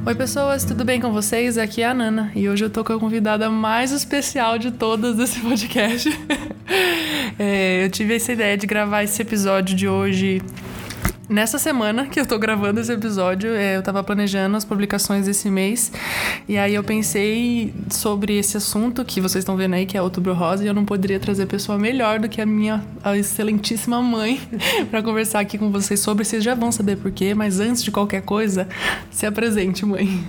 Oi pessoas, tudo bem com vocês? Aqui é a Nana e hoje eu tô com a convidada mais especial de todas desse podcast. Eu tive essa ideia de gravar esse episódio de hoje nessa semana que eu tô gravando esse episódio. Eu tava planejando as publicações desse mês e aí eu pensei sobre esse assunto que vocês estão vendo aí, que é Outubro Rosa, e eu não poderia trazer pessoa melhor do que a excelentíssima mãe pra conversar aqui com vocês sobre. Vocês já vão saber por quê, mas antes de qualquer coisa, se apresente, mãe.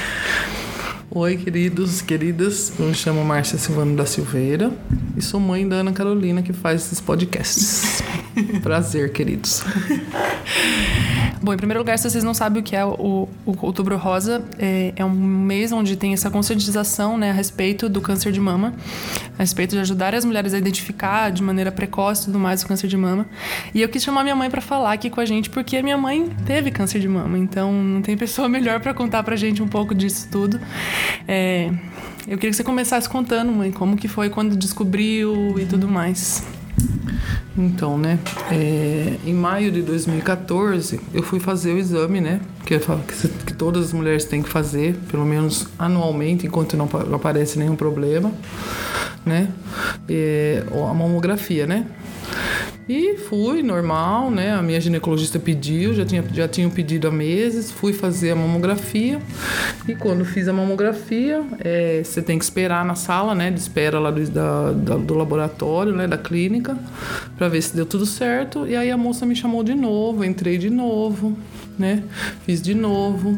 Oi, queridos, queridas. Eu me chamo Márcia Silvano da Silveira e sou mãe da Ana Carolina, que faz esses podcasts. Prazer, queridos. Bom, em primeiro lugar, se vocês não sabem o que é o Outubro Rosa, é um mês onde tem essa conscientização, né, a respeito do câncer de mama, a respeito de ajudar as mulheres a identificar de maneira precoce e tudo mais o câncer de mama. E eu quis chamar minha mãe pra falar aqui com a gente, porque a minha mãe teve câncer de mama, então não tem pessoa melhor pra contar pra gente um pouco disso tudo. Eu queria que você começasse contando, mãe, como que foi quando descobriu e tudo mais. Então, né, em maio de 2014, eu fui fazer o exame, né, que todas as mulheres têm que fazer, pelo menos anualmente, enquanto não aparece nenhum problema, né, a mamografia, né. E fui, normal, né? A minha ginecologista pediu, já tinha pedido há meses, fui fazer a mamografia. E quando fiz a mamografia, você tem que esperar na sala, né? De espera lá do laboratório, né? Da clínica, para ver se deu tudo certo. E aí a moça me chamou de novo, entrei de novo, né? Fiz de novo.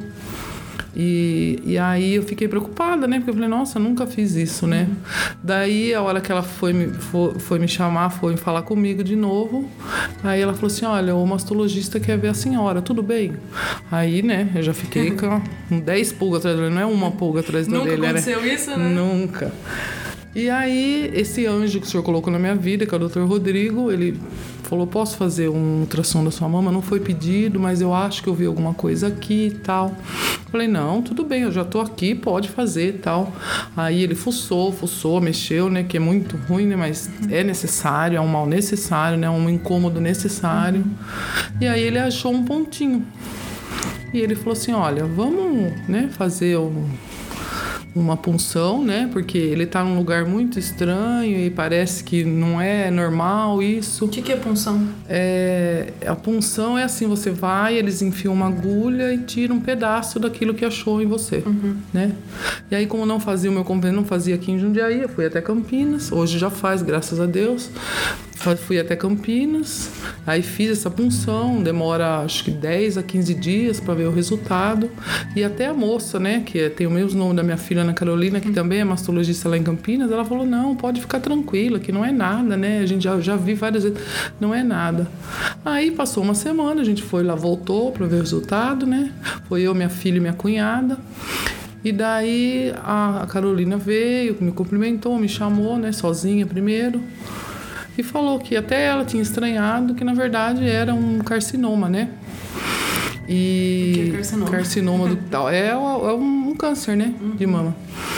E aí eu fiquei preocupada, né? Porque eu falei, nossa, eu nunca fiz isso, né? Daí, a hora que ela foi me chamar, foi falar comigo de novo. Aí ela falou assim, olha, o mastologista quer ver a senhora, tudo bem? Aí, né, eu já fiquei com 10 pulgas atrás da orelha, não é uma pulga atrás da orelha. Nunca aconteceu isso, né? Nunca. E aí, esse anjo que o senhor colocou na minha vida, que é o Dr. Rodrigo, ele falou, posso fazer um ultrassom da sua mama? Não foi pedido, mas eu acho que eu vi alguma coisa aqui e tal. Falei, não, tudo bem, eu já tô aqui, pode fazer e tal. Aí ele fuçou, mexeu, né, que é muito ruim, né, mas é necessário, é um mal necessário, né, um incômodo necessário. E aí ele achou um pontinho. E ele falou assim, olha, vamos, né, fazer uma punção, né? Porque ele tá num lugar muito estranho e parece que não é normal isso. O que é punção? A punção é assim, você vai, eles enfiam uma agulha e tiram um pedaço daquilo que achou em você, né? E aí, como não fazia o meu convênio, não fazia aqui em Jundiaí, eu fui até Campinas, hoje já faz, graças a Deus. Fui até Campinas, aí fiz essa punção, demora acho que 10 a 15 dias para ver o resultado. E até a moça, né, que tem o mesmo nome da minha filha, Ana Carolina, que também é mastologista lá em Campinas, ela falou, não, pode ficar tranquila, que não é nada, né, a gente já vi várias vezes, não é nada. Aí passou uma semana, a gente foi lá, voltou para ver o resultado, né, foi eu, minha filha e minha cunhada. E daí a Carolina veio, me cumprimentou, me chamou, né, sozinha primeiro. E falou que até ela tinha estranhado que, na verdade, era um carcinoma, né? E... O que é carcinoma? Carcinoma do tal. É um câncer, né? De mama.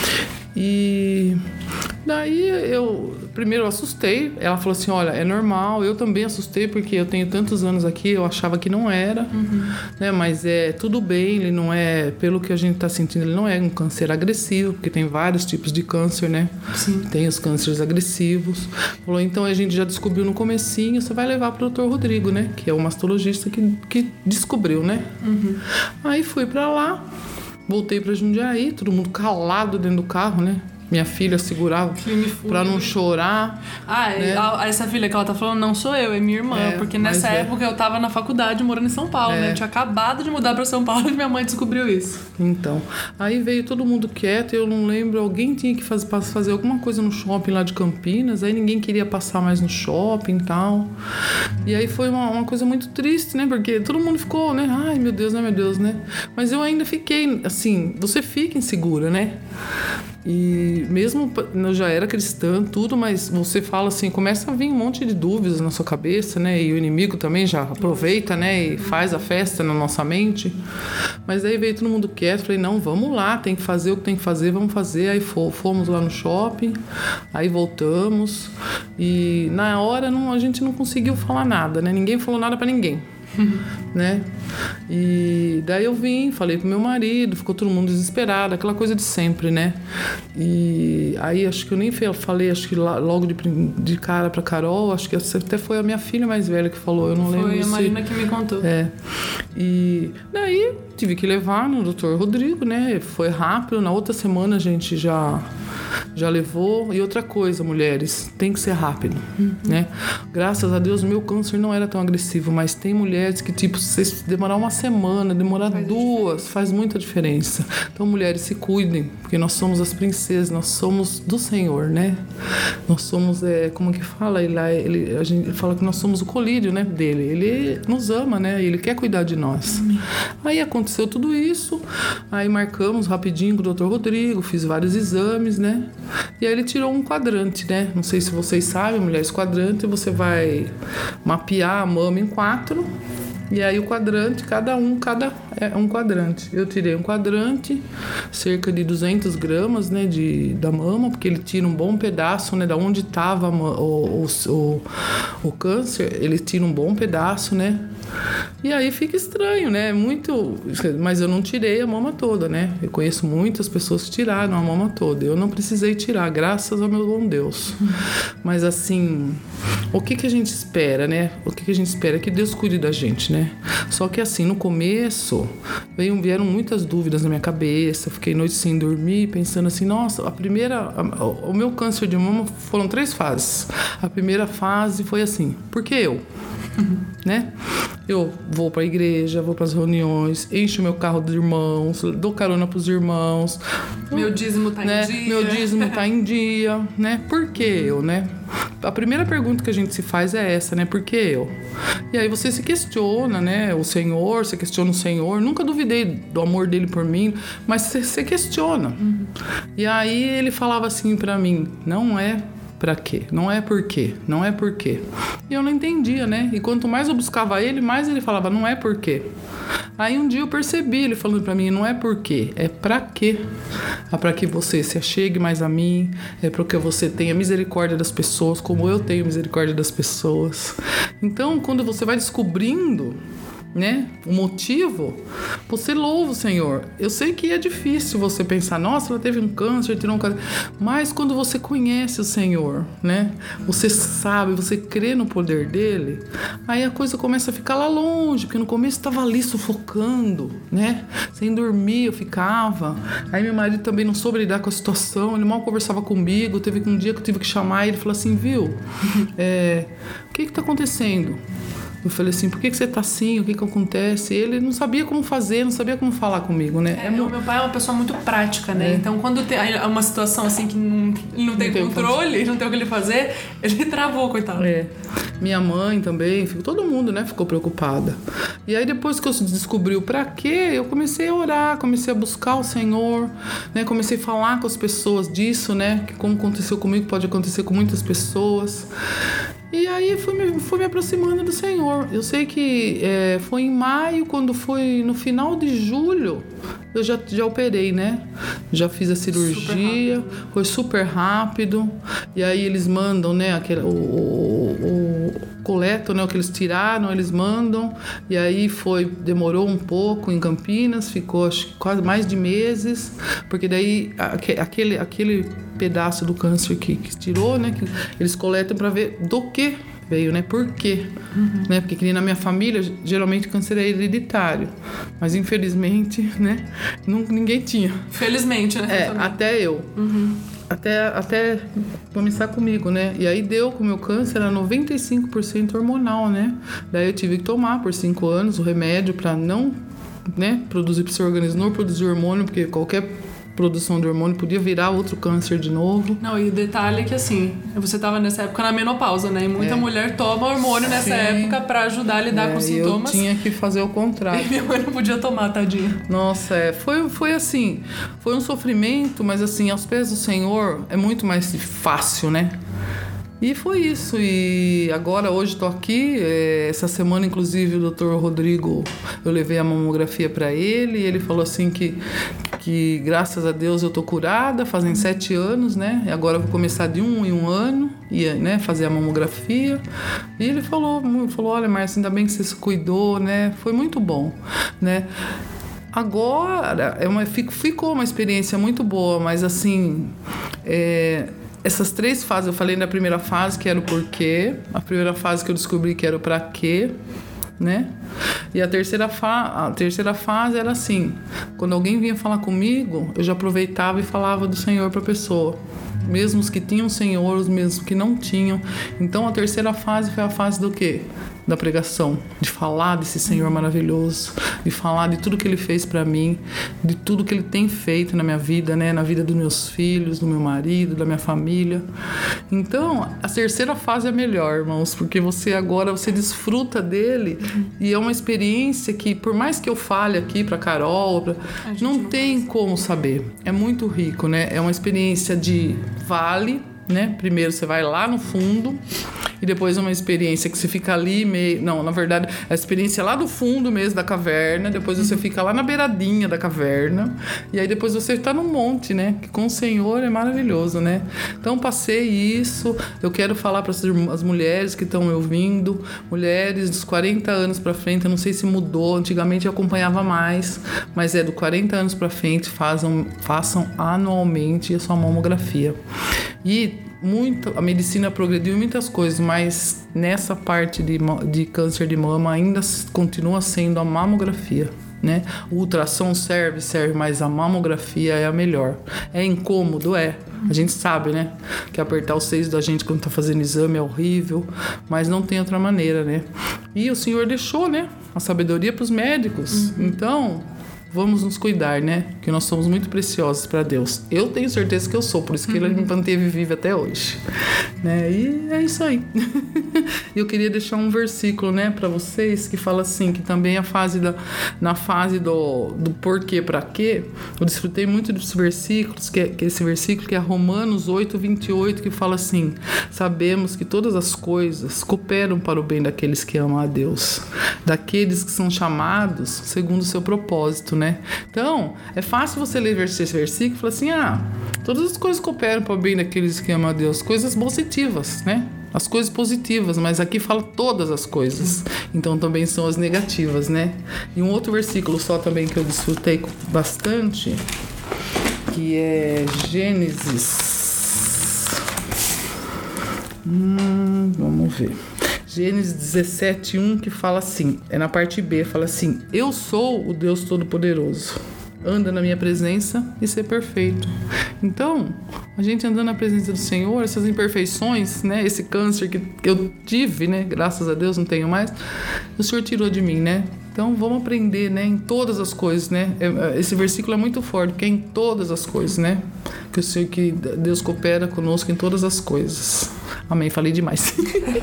E... Daí eu assustei. Ela falou assim, olha, é normal. Eu também assustei porque eu tenho tantos anos aqui, eu achava que não era, né? Mas tudo bem, ele não é, pelo que a gente tá sentindo, ele não é um câncer agressivo, porque tem vários tipos de câncer, né? Sim. Tem os cânceres agressivos. Falou, então a gente já descobriu no comecinho, você vai levar pro Dr. Rodrigo, né? Que é o mastologista que descobriu, né? Aí fui pra lá, voltei pra Jundiaí, todo mundo calado dentro do carro, né? Minha filha segurava pra não chorar. Né? Essa filha que ela tá falando não sou eu, é minha irmã. Porque nessa época eu tava na faculdade morando em São Paulo, né? Eu tinha acabado de mudar pra São Paulo e minha mãe descobriu isso. Então, aí veio todo mundo quieto, eu não lembro, alguém tinha que fazer alguma coisa no shopping lá de Campinas, aí ninguém queria passar mais no shopping e tal. E aí foi uma coisa muito triste, né? Porque todo mundo ficou, né? Ai, meu Deus, né? Mas eu ainda fiquei, assim, você fica insegura, né? E mesmo eu já era cristã, tudo, mas você fala assim, começa a vir um monte de dúvidas na sua cabeça, né? E o inimigo também já aproveita, né? E faz a festa na nossa mente. Mas aí veio todo mundo quieto, falei, não, vamos lá, tem que fazer o que tem que fazer, vamos fazer. Aí fomos lá no shopping, aí voltamos. E na hora a gente não conseguiu falar nada, né? Ninguém falou nada pra ninguém. né? E daí eu vim, falei pro meu marido, ficou todo mundo desesperado, aquela coisa de sempre, né? E aí acho que eu nem falei, acho que logo de cara pra Carol, acho que até foi a minha filha mais velha que falou, eu não lembro. Foi a Marina que me contou. E daí tive que levar no Dr. Rodrigo, né? Foi rápido, na outra semana a gente já levou. E outra coisa, mulheres, tem que ser rápido, né? Graças a Deus, meu câncer não era tão agressivo, mas tem mulheres que, tipo, se demorar uma semana, demorar duas, faz muita diferença. Então, mulheres, se cuidem, porque nós somos as princesas, nós somos do Senhor, né? Nós somos, como que fala? A gente fala que nós somos o colírio, né, dele. Ele nos ama, né? Ele quer cuidar de nós. Aí aconteceu tudo isso, aí marcamos rapidinho com o Dr. Rodrigo, fiz vários exames, né? E aí ele tirou um quadrante, né? Não sei se vocês sabem, mulheres, quadrante, você vai mapear a mama em 4, e aí o quadrante, é um quadrante. Eu tirei um quadrante, cerca de 200 gramas, né, da mama, porque ele tira um bom pedaço, né, da onde estava o câncer, ele tira um bom pedaço, né? E aí fica estranho, né? Mas eu não tirei a mama toda, né? Eu conheço muitas pessoas que tiraram a mama toda. Eu não precisei tirar, graças ao meu bom Deus. Mas assim, o que a gente espera, né? O que a gente espera é que Deus cuide da gente, né? Só que assim, no começo, vieram muitas dúvidas na minha cabeça. Fiquei noite sem dormir, pensando assim, nossa, o meu câncer de mama foram 3 fases. A primeira fase foi assim, por que eu? Né? Eu vou pra igreja, vou pras reuniões, encho meu carro dos irmãos, dou carona pros irmãos. Meu dízimo tá em dia. Meu dízimo tá em dia, né? Por que eu, né? A primeira pergunta que a gente se faz é essa, né? Por que eu? E aí você se questiona, né? Você questiona o Senhor. Nunca duvidei do amor dele por mim, mas você questiona. E aí ele falava assim pra mim, não é pra quê? Não é por quê? Não é por quê? E eu não entendia, né? E quanto mais eu buscava ele, mais ele falava, não é por quê. Aí um dia eu percebi ele falando pra mim, não é por quê, é pra quê. É pra que você se achegue mais a mim, é pra que você tenha misericórdia das pessoas, como eu tenho misericórdia das pessoas. Então, quando você vai descobrindo, né, o motivo, você louva o Senhor. Eu sei que é difícil você pensar, nossa, ela teve um câncer, tirou um câncer, mas quando você conhece o Senhor, né, você sabe, você crê no poder dele, aí a coisa começa a ficar lá longe, porque no começo estava ali sufocando, né, sem dormir eu ficava, aí meu marido também não soube lidar com a situação, ele mal conversava comigo, teve um dia que eu tive que chamar ele e falar assim, viu, o que tá acontecendo? Eu falei assim, por que você tá assim? O que acontece? Ele não sabia como fazer, não sabia como falar comigo, né? Meu pai é uma pessoa muito prática, né? Então, quando tem uma situação assim que ele não tem controle, não tem o que ele fazer, ele travou, coitado. Minha mãe também, todo mundo, né, ficou preocupada. E aí, depois que eu descobri o pra quê, eu comecei a orar, comecei a buscar o Senhor, né? Comecei a falar com as pessoas disso, né? Que como aconteceu comigo, pode acontecer com muitas pessoas. E aí fui me aproximando do Senhor. Eu sei que foi em maio, quando foi no final de julho, eu já operei, né? Já fiz a cirurgia, foi super rápido. E aí eles mandam, né? O coleto, né? O que eles tiraram, eles mandam. E aí demorou um pouco em Campinas, ficou acho que quase mais de meses, porque daí aquele pedaço do câncer que tirou, né? Que eles coletam para ver do que veio, né? Por quê? Né? Porque que nem na minha família, geralmente câncer é hereditário. Mas infelizmente, né? Ninguém tinha. Felizmente, né? Até eu. Até começar comigo, né? E aí deu com o meu câncer, era 95% hormonal, né? Daí eu tive que tomar por 5 anos o remédio para não, né, produzir pro seu organismo, não produzir hormônio, porque qualquer produção de hormônio podia virar outro câncer de novo. Não, e o detalhe é que assim, você tava nessa época na menopausa, né? E muita mulher toma hormônio nessa época pra ajudar a lidar com os sintomas. Eu tinha que fazer o contrário. E minha mãe não podia tomar, tadinha. Nossa, foi assim, foi um sofrimento, mas assim, aos pés do Senhor é muito mais fácil, né? E foi isso. E agora, hoje, estou aqui. Essa semana, inclusive, o Dr. Rodrigo, eu levei a mamografia para ele. E ele falou assim que graças a Deus eu tô curada, fazem 7 anos, né? E agora eu vou começar de 1 em 1 ano, e, né, fazer a mamografia. E ele falou, olha, Márcia, ainda bem que você se cuidou, né? Foi muito bom, né? Agora, ficou uma experiência muito boa, mas assim... essas 3 fases, eu falei na primeira fase que era o porquê, a primeira fase que eu descobri que era o pra quê, né? E a terceira fase era assim, quando alguém vinha falar comigo, eu já aproveitava e falava do Senhor para a pessoa, mesmo os que tinham Senhor, os mesmos que não tinham. Então a terceira fase foi a fase do quê? Da pregação, de falar desse Senhor maravilhoso, de falar de tudo que Ele fez para mim, de tudo que Ele tem feito na minha vida, né? Na vida dos meus filhos, do meu marido, da minha família. Então, a terceira fase é melhor, irmãos, porque você desfruta dele, e é uma experiência que, por mais que eu fale aqui para Carol, não tem como saber. É muito rico, né? É uma experiência de vale, né? Primeiro você vai lá no fundo, e depois uma experiência que você fica ali meio... Não, na verdade, a experiência lá do fundo mesmo da caverna, depois você fica lá na beiradinha da caverna, e aí depois você está no monte, né? Que com o Senhor é maravilhoso, né? Então, passei isso. Eu quero falar para as mulheres que estão me ouvindo, mulheres dos 40 anos para frente, eu não sei se mudou, antigamente eu acompanhava mais, mas do 40 anos para frente, façam anualmente a sua mamografia. E a medicina progrediu em muitas coisas, mas nessa parte de câncer de mama ainda continua sendo a mamografia, né? O ultrassom serve, mas a mamografia é a melhor. É incômodo, A gente sabe, né? Que apertar os seios da gente quando tá fazendo exame é horrível, mas não tem outra maneira, né? E o Senhor deixou, né? A sabedoria para os médicos. Então... vamos nos cuidar, né? Que nós somos muito preciosos para Deus. Eu tenho certeza que eu sou, por isso que Ele me manteve viva até hoje, né? E é isso aí. Eu queria deixar um versículo, né, para vocês, que fala assim, que também na fase do porquê para quê. Eu desfrutei muito desses versículos, que é esse versículo que é Romanos 8:28, que fala assim: sabemos que todas as coisas cooperam para o bem daqueles que amam a Deus, daqueles que são chamados segundo o seu propósito, né? Então, é fácil você ler esse versículo e falar assim: todas as coisas cooperam para o bem daqueles que amam a Deus, coisas positivas, né? As coisas positivas, mas aqui fala todas as coisas, então também são as negativas, né? E um outro versículo só também que eu desfrutei bastante, que é Gênesis. Vamos ver. Gênesis 17:1, que fala assim, na parte B, fala assim: eu sou o Deus Todo-Poderoso, anda na minha presença e ser perfeito. Então, a gente andando na presença do Senhor, essas imperfeições, né, esse câncer que eu tive, né, graças a Deus não tenho mais, o Senhor tirou de mim, né? Então, vamos aprender, né, em todas as coisas, né? Esse versículo é muito forte, porque é em todas as coisas, né? Que Deus coopera conosco em todas as coisas. Amém, falei demais.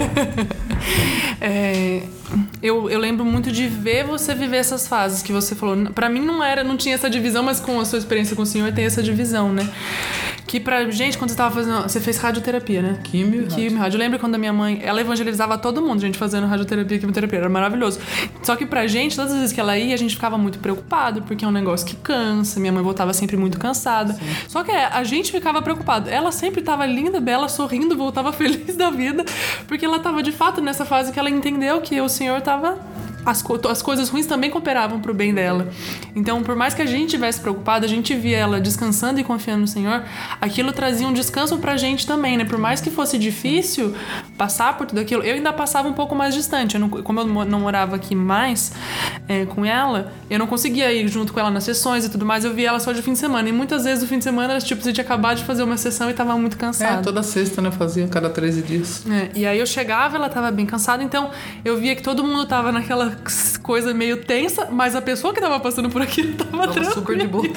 Eu lembro muito de ver você viver essas fases que você falou. Pra mim não tinha essa divisão, mas com a sua experiência com o Senhor tem essa divisão, né? Que pra gente, quando você fez radioterapia, né? Químio e rádio. Eu lembro quando a minha mãe, ela evangelizava todo mundo, gente, fazendo radioterapia e quimioterapia. Era maravilhoso. Só que pra gente, todas as vezes que ela ia, a gente ficava muito preocupado, porque é um negócio que cansa. Minha mãe voltava sempre muito cansada. Sim. Só que a gente ficava preocupado. Ela sempre tava linda, bela, sorrindo, voltava feliz da vida, porque ela tava de fato nessa fase que ela entendeu que o Senhor tava... As coisas ruins também cooperavam pro bem dela. Então, por mais que a gente estivesse preocupada, a gente via ela descansando e confiando no Senhor, aquilo trazia um descanso pra gente também, né? Por mais que fosse difícil passar por tudo aquilo, eu ainda passava um pouco mais distante. Como eu não morava aqui mais com ela, eu não conseguia ir junto com ela nas sessões e tudo mais, eu via ela só de fim de semana. E muitas vezes, no fim de semana, tipo, você tinha acabado de fazer uma sessão e tava muito cansada. Toda sexta, né? Eu fazia cada 13 dias. E aí eu chegava, ela tava bem cansada, então eu via que todo mundo tava naquela coisa meio tensa, mas a pessoa que tava passando por aquilo tava super de boa.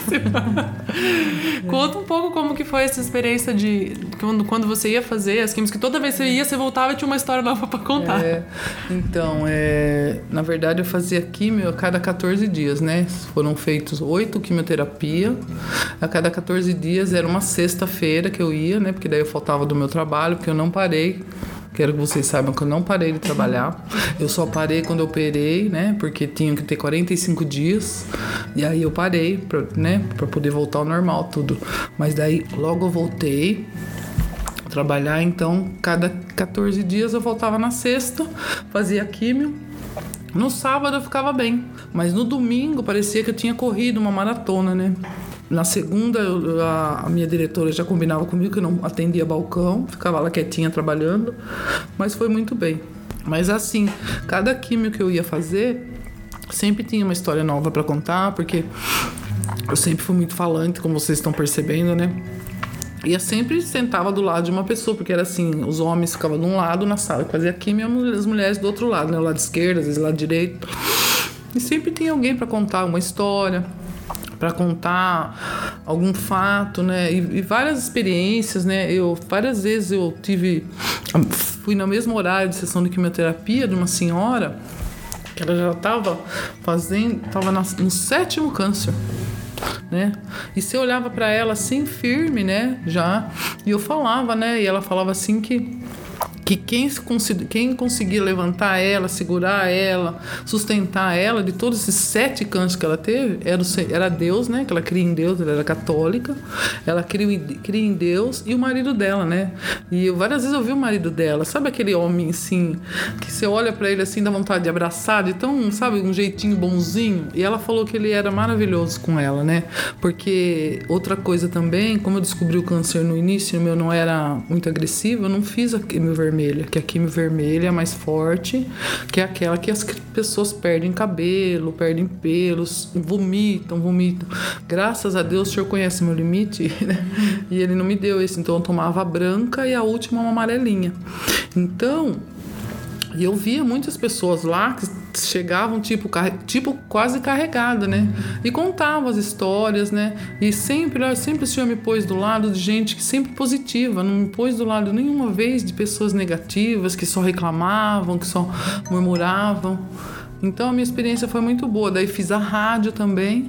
Conta um pouco como que foi essa experiência de quando você ia fazer as químicas, que toda vez que você ia, você voltava e tinha uma história nova pra contar. Então, na verdade eu fazia químio a cada 14 dias, né? Foram feitos 8 quimioterapia. A cada 14 dias era uma sexta-feira que eu ia, né? Porque daí eu faltava do meu trabalho, porque eu não parei. Quero que vocês saibam que eu não parei de trabalhar. Eu só parei quando eu operei, né? Porque tinha que ter 45 dias. E aí eu parei, pra poder voltar ao normal tudo. Mas daí logo eu voltei a trabalhar. Então, cada 14 dias eu voltava na sexta, fazia químio. No sábado eu ficava bem. Mas no domingo parecia que eu tinha corrido uma maratona, né? Na segunda, a minha diretora já combinava comigo que eu não atendia balcão, ficava lá quietinha trabalhando, mas foi muito bem. Mas assim, cada químio que eu ia fazer, sempre tinha uma história nova para contar, porque eu sempre fui muito falante, como vocês estão percebendo, né? E eu sempre sentava do lado de uma pessoa, porque era assim, os homens ficavam de um lado na sala, fazia químio, e as mulheres do outro lado, né? O lado esquerdo, às vezes o lado direito. E sempre tinha alguém para contar uma história, para contar algum fato, né? E várias experiências, né? Várias vezes eu fui no mesmo horário de sessão de quimioterapia de uma senhora que ela já estava no 7º câncer, né? E você olhava para ela assim, firme, né? Já. E eu falava, né? E ela falava assim que quem conseguia levantar ela, segurar ela, sustentar ela de todos esses 7 cânceres que ela teve, era Deus, né? Que ela cria em Deus, ela era católica, ela cria em Deus e o marido dela, né? E várias vezes eu vi o marido dela, sabe aquele homem assim, que você olha pra ele assim, dá vontade de abraçar, de tão, sabe, um jeitinho bonzinho. E ela falou que ele era maravilhoso com ela, né? Porque outra coisa também, como eu descobri o câncer no início, o meu não era muito agressivo, eu não fiz a quimio vermelha, que a quimio vermelha é mais forte, que é aquela que as pessoas perdem cabelo, perdem pelos, vomitam. Graças a Deus o senhor conhece meu limite, né? E ele não me deu esse, então eu tomava a branca e a última uma amarelinha. Então, eu via muitas pessoas lá que chegavam tipo quase carregada, né? E contavam as histórias, né? E sempre o senhor me pôs do lado de gente que sempre positiva, não me pôs do lado nenhuma vez de pessoas negativas, que só reclamavam, que só murmuravam. Então a minha experiência foi muito boa. Daí fiz a rádio também.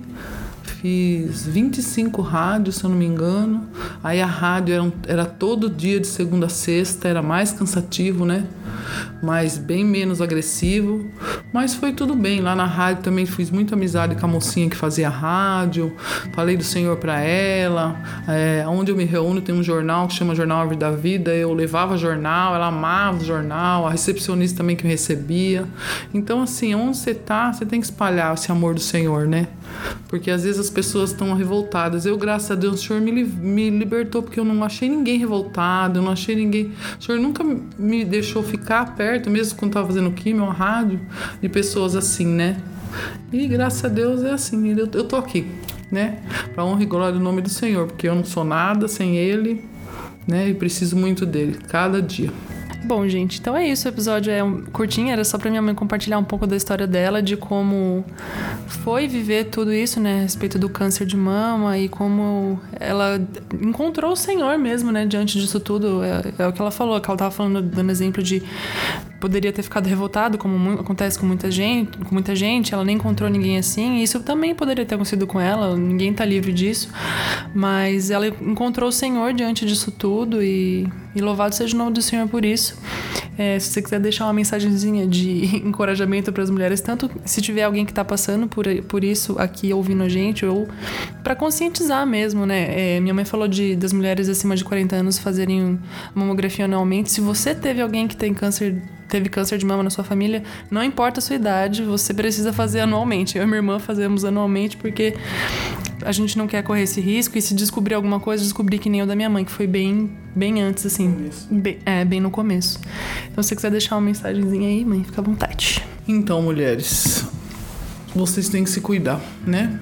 Fiz 25 rádios, se eu não me engano. Aí a rádio era todo dia de segunda a sexta, era mais cansativo, né? Mas bem menos agressivo. Mas foi tudo bem. Lá na rádio também fiz muita amizade com a mocinha que fazia rádio. Falei do Senhor para ela. Onde eu me reúno tem um jornal que chama Jornal Árvore da Vida. Eu levava jornal, ela amava o jornal. A recepcionista também que me recebia. Então assim, onde você tá, você tem que espalhar esse amor do Senhor, né? Porque às vezes as pessoas estão revoltadas. Eu, graças a Deus, o Senhor me libertou, porque eu não achei ninguém revoltado, eu não achei ninguém... O Senhor nunca me deixou ficar perto, mesmo quando estava fazendo químio, rádio, de pessoas assim, né? E graças a Deus é assim, eu tô aqui, né? Para honra e glória do nome do Senhor, porque eu não sou nada sem Ele, né? E preciso muito dele, cada dia. Bom, gente, então é isso. O episódio é curtinho, era só pra minha mãe compartilhar um pouco da história dela, de como foi viver tudo isso, né, a respeito do câncer de mama e como ela encontrou o Senhor mesmo, né, diante disso tudo. É o que ela falou, que ela tava falando, dando exemplo de poderia ter ficado revoltado, como acontece com muita gente, ela nem encontrou ninguém assim, e isso também poderia ter acontecido com ela, ninguém tá livre disso, mas ela encontrou o Senhor diante disso tudo e louvado seja o nome do Senhor por isso. Se você quiser deixar uma mensagenzinha de encorajamento para as mulheres, tanto se tiver alguém que está passando por isso aqui ouvindo a gente, ou para conscientizar mesmo, né? Minha mãe falou das mulheres acima de 40 anos fazerem mamografia anualmente. Se você teve alguém que teve câncer de mama na sua família, não importa a sua idade, você precisa fazer anualmente. Eu e minha irmã fazemos anualmente porque a gente não quer correr esse risco, e se descobrir alguma coisa, descobrir que nem o da minha mãe, que foi bem antes, assim. Bem no começo. Então, se você quiser deixar uma mensagenzinha aí, mãe, fica à vontade. Então, mulheres, vocês têm que se cuidar, né?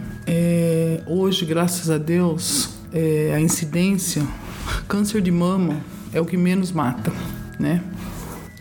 Hoje, graças a Deus, a incidência, câncer de mama é o que menos mata, né?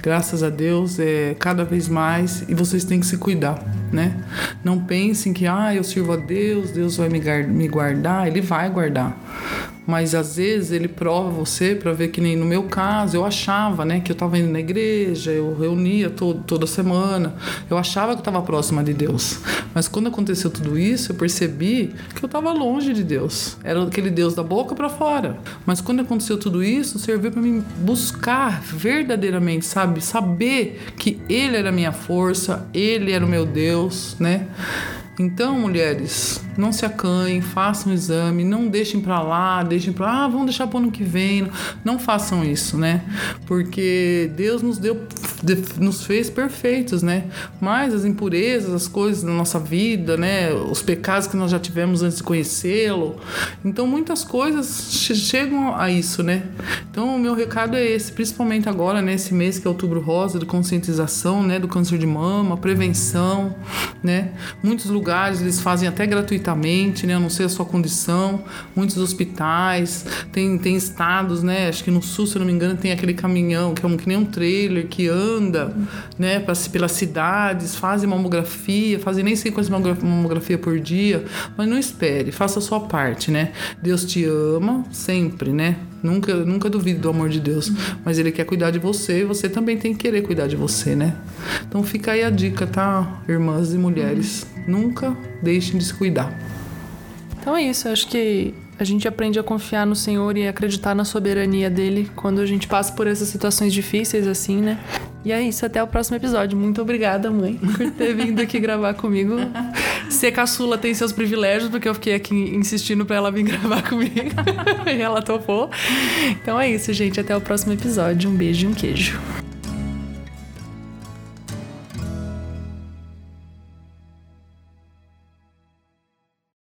Graças a Deus, cada vez mais, e vocês têm que se cuidar, né? Não pensem que, eu sirvo a Deus, Deus vai me guardar. Ele vai guardar. Mas às vezes ele prova você para ver, que nem no meu caso, eu achava, né, que eu estava indo na igreja, eu reunia toda semana, eu achava que eu estava próxima de Deus. Mas quando aconteceu tudo isso, eu percebi que eu estava longe de Deus. Era aquele Deus da boca para fora. Mas quando aconteceu tudo isso, serviu para mim buscar verdadeiramente, saber que Ele era a minha força, Ele era o meu Deus, né? Então, mulheres, não se acanhem, façam um exame, não deixem pra lá, vamos deixar pro ano que vem. Não façam isso, né? Porque Deus nos fez perfeitos, né? Mas as impurezas, as coisas da nossa vida, né? Os pecados que nós já tivemos antes de conhecê-lo. Então, muitas coisas chegam a isso, né? Então, o meu recado é esse, principalmente agora, nesse mês que é Outubro Rosa, de conscientização, né? Do câncer de mama, prevenção, né? Muitos lugares eles fazem até gratuitamente, né? Eu não sei a sua condição. Muitos hospitais, tem estados, né? Acho que no sul, se eu não me engano, tem aquele caminhão que nem um trailer que anda, né? Pelas cidades, fazem mamografia, fazem nem sei quantas mamografia por dia, mas não espere, faça a sua parte, né? Deus te ama sempre, né? Nunca duvide do amor de Deus, mas Ele quer cuidar de você e você também tem que querer cuidar de você, né? Então fica aí a dica, tá, irmãs e mulheres? Nunca deixem de se cuidar. Então é isso, acho que a gente aprende a confiar no Senhor e acreditar na soberania dele quando a gente passa por essas situações difíceis assim, né? E é isso, até o próximo episódio. Muito obrigada, mãe, por ter vindo aqui gravar comigo. Ser caçula tem seus privilégios, porque eu fiquei aqui insistindo pra ela vir gravar comigo. E ela topou. Então é isso, gente. Até o próximo episódio. Um beijo e um queijo.